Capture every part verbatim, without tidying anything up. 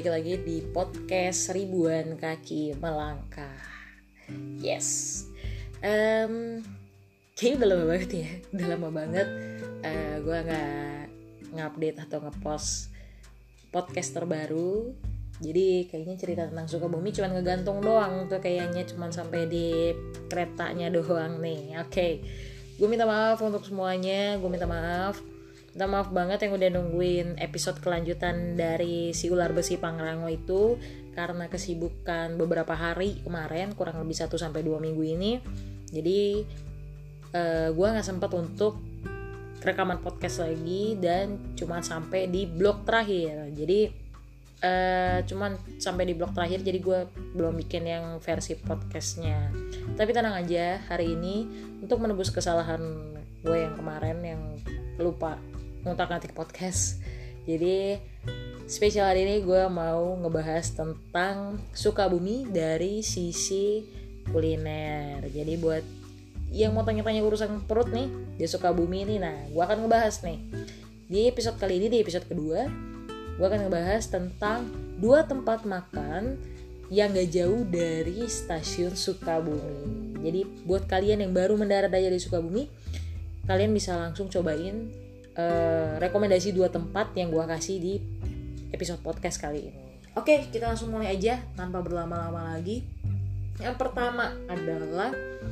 balik lagi di podcast Ribuan Kaki Melangkah. Yes, um, kayaknya udah lama banget ya, udah lama banget uh, gue gak ngupdate atau ngepost podcast terbaru. Jadi kayaknya cerita tentang Sukabumi cuman ngegantung doang tuh, kayaknya cuman sampai di keretanya doang nih. Oke, okay. Gue minta maaf untuk semuanya, gue minta maaf. Minta maaf banget yang udah nungguin episode kelanjutan dari si ular besi Pangrango itu, karena kesibukan beberapa hari kemarin, kurang lebih satu sampai dua minggu ini. Jadi uh, gue gak sempat untuk rekaman podcast lagi, dan cuma sampai di blog terakhir. Jadi uh, cuman sampai di blog terakhir, jadi gue belum bikin yang versi podcastnya. Tapi tenang aja, hari ini untuk menebus kesalahan gue yang kemarin yang lupa ngutak-ngatik podcast, jadi spesial hari ini gue mau ngebahas tentang Sukabumi dari sisi kuliner. Jadi buat yang mau tanya-tanya urusan perut nih di Sukabumi ini, nah gue akan ngebahas nih di episode kali ini, di episode kedua gue akan ngebahas tentang dua tempat makan yang gak jauh dari stasiun Sukabumi. Jadi buat kalian yang baru mendarat aja di Sukabumi, kalian bisa langsung cobain Uh, rekomendasi dua tempat yang gue kasih di episode podcast kali ini. Oke, kita langsung mulai aja tanpa berlama-lama lagi. Yang pertama adalah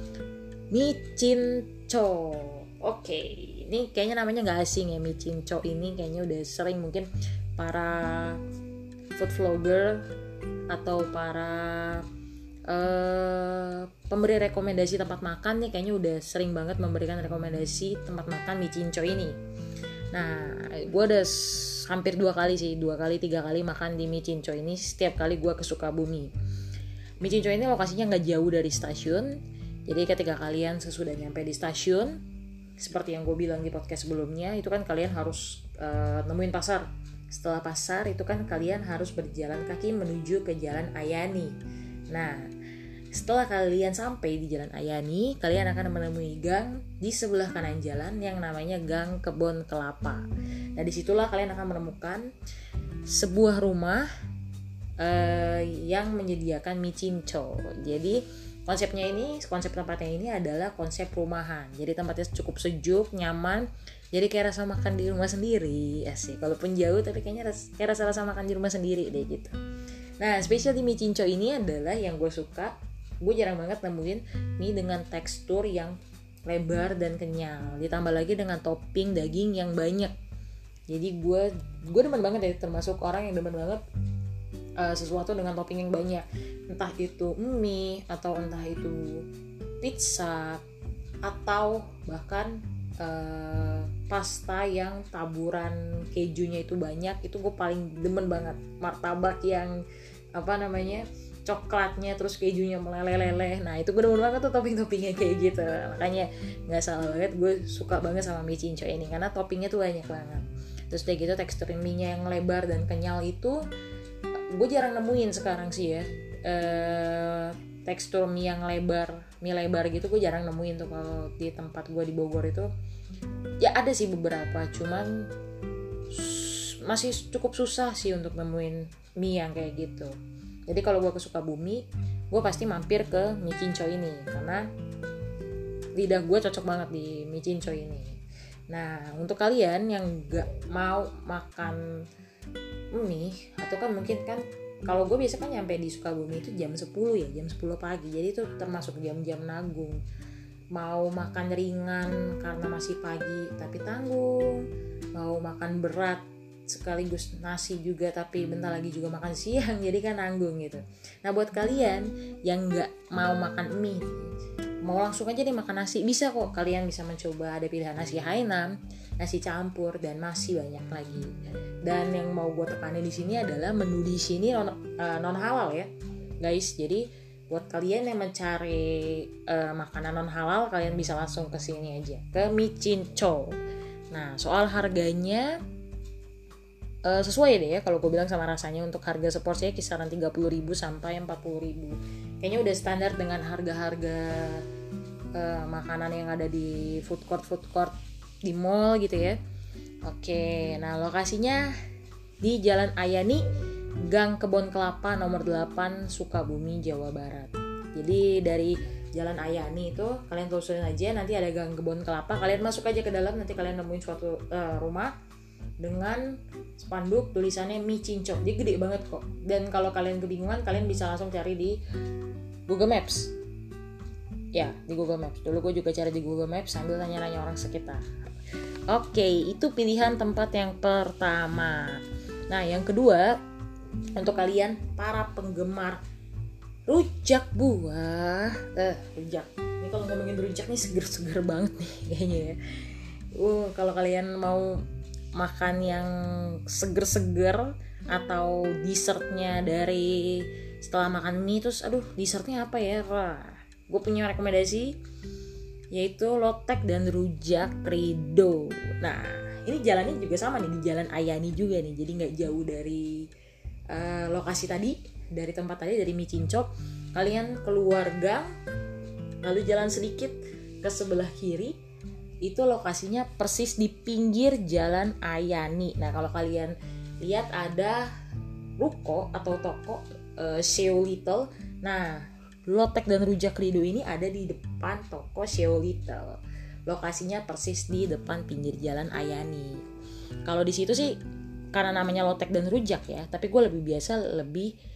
Micinco. Oke, ini kayaknya namanya nggak asing ya, Micinco ini kayaknya udah sering mungkin para food vlogger atau para uh, pemberi rekomendasi tempat makan nih kayaknya udah sering banget memberikan rekomendasi tempat makan Micinco ini. Nah, gue udah hampir dua kali sih, dua kali, tiga kali makan di Micinco ini. Setiap kali gue ke Sukabumi. Micinco ini lokasinya nggak jauh dari stasiun. Jadi ketika kalian sesudah nyampe di stasiun, seperti yang gue bilang di podcast sebelumnya, itu kan kalian harus uh, nemuin pasar. Setelah pasar itu kan kalian harus berjalan kaki menuju ke Jalan Ayani. Nah, setelah kalian sampai di Jalan Ayani, kalian akan menemui gang di sebelah kanan jalan yang namanya Gang Kebon Kelapa. Nah, disitulah kalian akan menemukan sebuah rumah uh, yang menyediakan Micinco. Jadi konsepnya ini, konsep tempatnya ini adalah konsep rumahan. Jadi tempatnya cukup sejuk, nyaman. Jadi kayak rasa makan di rumah sendiri. Asik, walaupun jauh tapi kayaknya ras, kayak rasa-rasa makan di rumah sendiri deh gitu. Nah, spesial di Micinco ini adalah yang gue suka, gue jarang banget nemuin mie dengan tekstur yang lebar dan kenyal, ditambah lagi dengan topping daging yang banyak. Jadi gue gue demen banget ya, termasuk orang yang demen banget uh, sesuatu dengan topping yang banyak, entah itu mie atau entah itu pizza atau bahkan uh, pasta yang taburan kejunya itu banyak. Itu gue paling demen banget. Martabak yang apa namanya coklatnya terus kejunya meleleh-leleh, nah itu gue demen banget tuh topping-toppingnya kayak gitu. Makanya nggak salah banget, gue suka banget sama Micinco ini karena toppingnya tuh banyak banget. Terus kayak gitu tekstur mie-nya yang lebar dan kenyal itu gue jarang nemuin sekarang sih ya. E, tekstur mie yang lebar, mie lebar gitu gue jarang nemuin tuh kalau di tempat gue di Bogor itu. Ya ada sih beberapa, cuman masih cukup susah sih untuk nemuin mie yang kayak gitu. Jadi kalau gue ke Sukabumi, gue pasti mampir ke Micinco ini karena lidah gue cocok banget di Micinco ini. Nah, untuk kalian yang gak mau makan mie, atau kan mungkin kan kalau gue biasa kan nyampe di Sukabumi itu jam sepuluh ya, jam sepuluh pagi. Jadi itu termasuk jam-jam nanggung. Mau makan ringan karena masih pagi tapi tanggung, mau makan berat sekaligus nasi juga tapi bentar lagi juga makan siang, jadi kan nanggung gitu. Nah, buat kalian yang nggak mau makan mie, mau langsung aja deh makan nasi, bisa kok. Kalian bisa mencoba, ada pilihan nasi Hainan, nasi campur, dan masih banyak lagi. Dan yang mau gue tekanin di sini adalah menu di sini non, uh, non halal ya guys. Jadi buat kalian yang mencari uh, makanan non halal, kalian bisa langsung ke sini aja, ke Micinco. Nah, soal harganya Uh, sesuai deh ya kalau gue bilang sama rasanya. Untuk harga seporsinya kisaran tiga puluh ribu sampai empat puluh ribu. Kayaknya udah standar dengan harga-harga uh, makanan yang ada di food court food court di mall gitu ya. Oke, nah lokasinya di Jalan Ayani Gang Kebon Kelapa nomor delapan, Sukabumi, Jawa Barat. Jadi dari Jalan Ayani itu kalian telusurin aja, nanti ada Gang Kebon Kelapa, kalian masuk aja ke dalam, nanti kalian nemuin suatu uh, rumah dengan spanduk tulisannya mie cincok. Dia gede banget kok. Dan kalau kalian kebingungan, kalian bisa langsung cari di Google Maps. Ya, di Google Maps. Dulu gue juga cari di Google Maps sambil tanya-tanya orang sekitar. Oke, itu pilihan tempat yang pertama. Nah, yang kedua, untuk kalian para penggemar rujak buah, eh rujak. Ini kalau ngomongin rujak nih seger-seger banget nih kayaknya ya. Uh, kalau kalian mau makan yang seger-seger atau dessertnya dari setelah makan mie terus, aduh dessertnya apa ya? Wah, gue punya rekomendasi yaitu lotek dan rujak Rido. Nah, ini jalannya juga sama nih, di Jalan Ayani juga nih, jadi nggak jauh dari uh, lokasi tadi. Dari tempat tadi, dari mie cincok, kalian keluar gang, lalu jalan sedikit ke sebelah kiri, itu lokasinya persis di pinggir Jalan Ayani. Nah, kalau kalian lihat ada ruko atau toko uh, Seo Little. Nah, lotek dan rujak Rido ini ada di depan toko Seo Little. Lokasinya persis di depan pinggir Jalan Ayani. Kalau di situ sih karena namanya lotek dan rujak ya, tapi gue lebih biasa lebih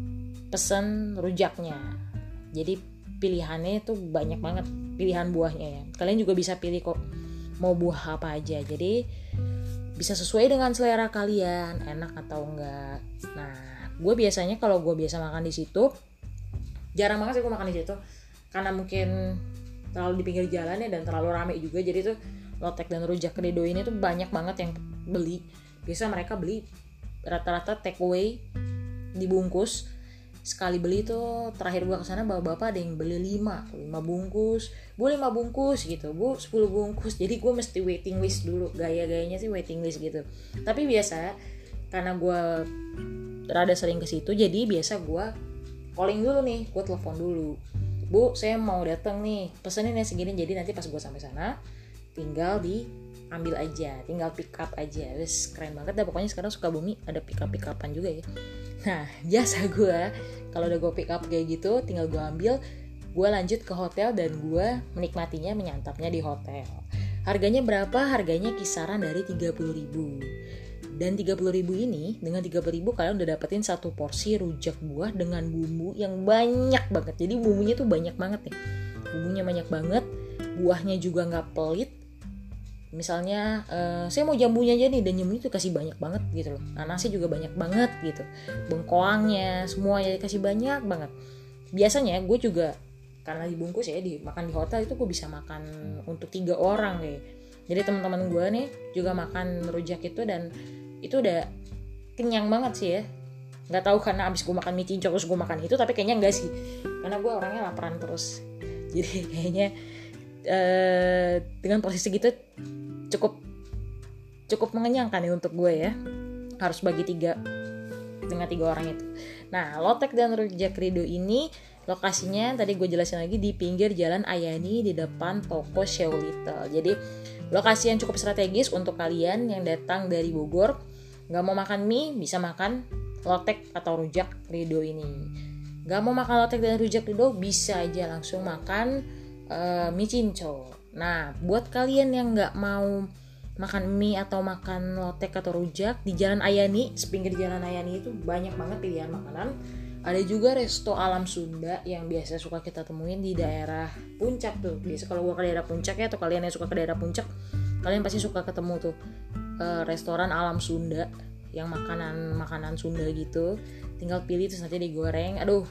pesen rujaknya. Jadi pilihannya itu banyak banget, pilihan buahnya ya. Kalian juga bisa pilih kok mau buah apa aja. Jadi bisa sesuai dengan selera kalian, enak atau enggak. Nah, gue biasanya kalau gue biasa makan di situ, jarang banget sih gue makan di situ karena mungkin terlalu di pinggir jalan ya dan terlalu rame juga. Jadi tuh lotek dan rujak Rido ini tuh banyak banget yang beli. Biasa mereka beli rata-rata take away dibungkus. Sekali beli tuh, terakhir gua kesana bapak-bapak ada yang beli lima bungkus, bu lima bungkus gitu, bu sepuluh bungkus. Jadi gua mesti waiting list dulu, gaya-gayanya sih waiting list gitu. Tapi biasa karena gua rada sering ke situ, jadi biasa gua calling dulu nih, gua telepon dulu, bu saya mau datang nih, pesenin ya segini. Jadi nanti pas gua sampai sana tinggal diambil aja, tinggal pick up aja. Wes keren banget dah pokoknya. Sekarang Sukabumi ada pick up pick upan juga ya. Nah, biasa gue kalau udah gue pick up kayak gitu, tinggal gue ambil, gue lanjut ke hotel dan gue menikmatinya, menyantapnya di hotel. Harganya berapa? Harganya kisaran dari tiga puluh ribu. Dan tiga puluh ribu ini, dengan tiga puluh ribu kalian udah dapetin satu porsi rujak buah dengan bumbu yang banyak banget. Jadi bumbunya tuh banyak banget nih. Bumbunya banyak banget, buahnya juga gak pelit. Misalnya uh, saya mau jambunya aja nih, dan jambunya tuh kasih banyak banget gitu loh. Nanasnya juga banyak banget gitu, bengkoangnya semuanya dikasih banyak banget. Biasanya gue juga karena dibungkus ya, dimakan di hotel itu gue bisa makan untuk tiga orang kayak. Jadi teman-teman gue nih juga makan rujak itu dan itu udah kenyang banget sih ya. Nggak tahu karena abis gue makan mie cincok terus gue makan itu, tapi kayaknya enggak sih, karena gue orangnya laparan terus. Jadi kayaknya uh, dengan posisi gitu cukup cukup mengenyangkan ya untuk gue ya, harus bagi tiga dengan tiga orang itu. Nah, lotek dan rujak Rido ini lokasinya tadi gue jelasin lagi di pinggir Jalan Ayani di depan toko Seo Little. Jadi lokasi yang cukup strategis untuk kalian yang datang dari Bogor, nggak mau makan mie bisa makan lotek atau rujak Rido ini. Nggak mau makan lotek dan rujak Rido bisa aja langsung makan uh, mie cinco. Nah, buat kalian yang nggak mau makan mie atau makan lotek atau rujak, di Jalan Ayani, sepinggir Jalan Ayani itu banyak banget pilihan makanan. Ada juga resto alam Sunda yang biasa suka kita temuin di daerah Puncak tuh. Biasa kalau gua ke daerah Puncak ya, atau kalian yang suka ke daerah Puncak, kalian pasti suka ketemu tuh uh, restoran alam Sunda yang makanan-makanan Sunda gitu. Tinggal pilih terus nanti digoreng. Aduh,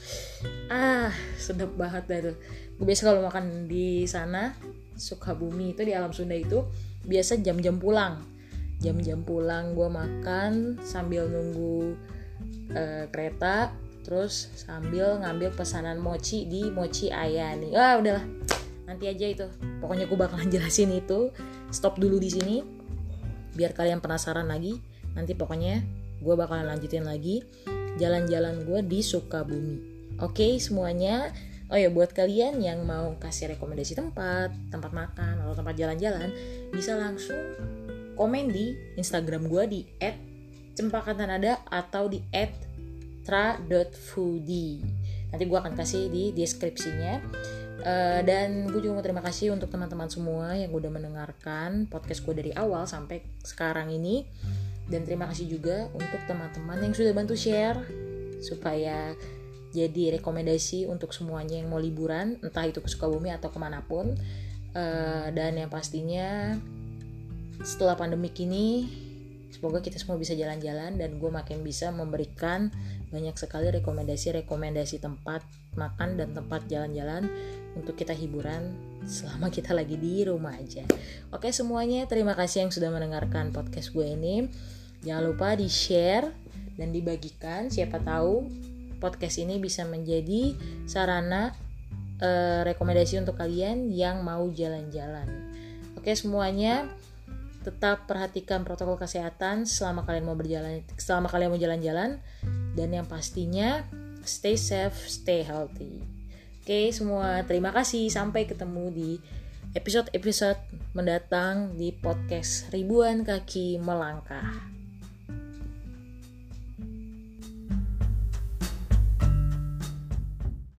ah sedap banget dah tuh. Gue biasa kalau makan di sana Sukabumi itu di alam Sunda itu biasa jam-jam pulang jam-jam pulang gue makan sambil nunggu uh, kereta, terus sambil ngambil pesanan mochi di Mochi Ayani. Wah udahlah, nanti aja itu, pokoknya gue bakalan jelasin itu. Stop dulu di sini biar kalian penasaran lagi. Nanti pokoknya gue bakalan lanjutin lagi jalan-jalan gue di Sukabumi. Oke semuanya. Oh ya, buat kalian yang mau kasih rekomendasi tempat, tempat makan atau tempat jalan-jalan, bisa langsung komen di Instagram gue di et Cempaka Tanada atau di at tra dot foodie. Nanti gue akan kasih di deskripsinya. Uh, dan gue juga mau terima kasih untuk teman-teman semua yang udah mendengarkan podcast gue dari awal sampai sekarang ini. Dan terima kasih juga untuk teman-teman yang sudah bantu share supaya jadi rekomendasi untuk semuanya yang mau liburan, entah itu ke Sukabumi atau kemanapun. Uh, dan yang pastinya setelah pandemik ini, semoga kita semua bisa jalan-jalan dan gue makin bisa memberikan banyak sekali rekomendasi-rekomendasi tempat makan dan tempat jalan-jalan untuk kita hiburan selama kita lagi di rumah aja. Oke semuanya, terima kasih yang sudah mendengarkan podcast gue ini. Jangan lupa di-share dan dibagikan. Siapa tahu podcast ini bisa menjadi sarana eh, rekomendasi untuk kalian yang mau jalan-jalan. Oke semuanya, tetap perhatikan protokol kesehatan selama kalian mau berjalan, selama kalian mau jalan-jalan, dan yang pastinya stay safe, stay healthy. Oke semua, terima kasih. Sampai ketemu di episode-episode mendatang di podcast Ribuan Kaki Melangkah.